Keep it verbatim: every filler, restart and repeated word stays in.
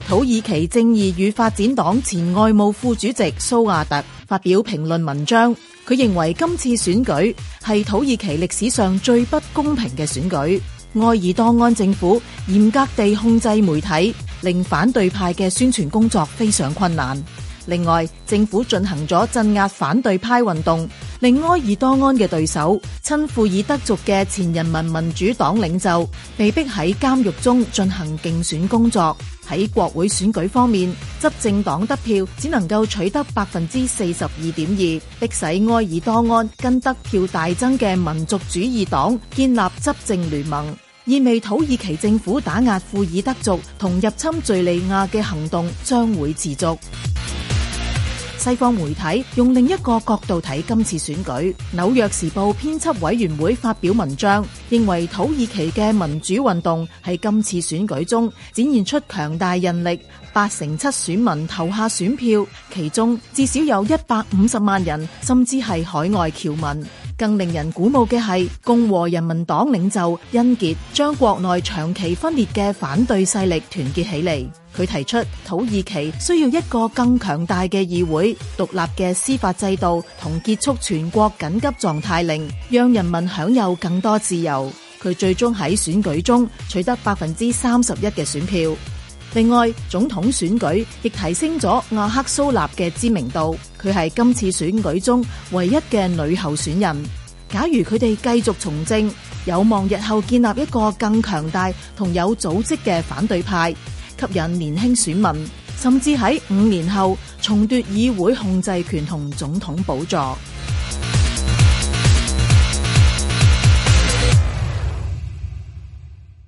土耳其正義與發展黨前外務副主席蘇亞特發表評論文章，佢認為今次選舉係土耳其歷史上最不公平嘅選舉。埃爾多安政府嚴格地控制媒體，令反對派嘅宣傳工作非常困難。另外，政府進行咗鎮壓反對派運動，令埃爾多安嘅對手親庫爾德族嘅前人民民主黨領袖被逼喺監獄中進行競選工作。喺國會選舉方面，執政黨得票只能夠取得百分之四十二點二，迫使埃爾多安跟得票大增嘅民族主義黨建立執政聯盟，意味土耳其政府打壓庫爾德族同入侵敘利亞嘅行動將會持續。西方媒體用另一個角度睇今次選舉，紐約時報編輯委員會發表文章，認為土耳其嘅民主運動喺今次選舉中展現出強大韌力，八成七選民投下選票，其中至少有一百五十萬人甚至係海外僑民。更令人鼓舞嘅係，共和人民黨領袖恩傑將國內長期分裂嘅反對勢力團結起嚟。佢提出土耳其需要一個更強大嘅議會、獨立嘅司法制度同結束全國緊急狀態令，讓人民享有更多自由。佢最終喺選舉中取得百分之三十一嘅選票。另外，總統選舉亦提升咗阿克蘇納嘅知名度，佢係今次選舉中唯一嘅女候選人。假如佢哋繼續從政，有望日後建立一個更強大同有組織嘅反對派，吸引年輕選民，甚至喺五年後重奪議會控制權同總統寶座。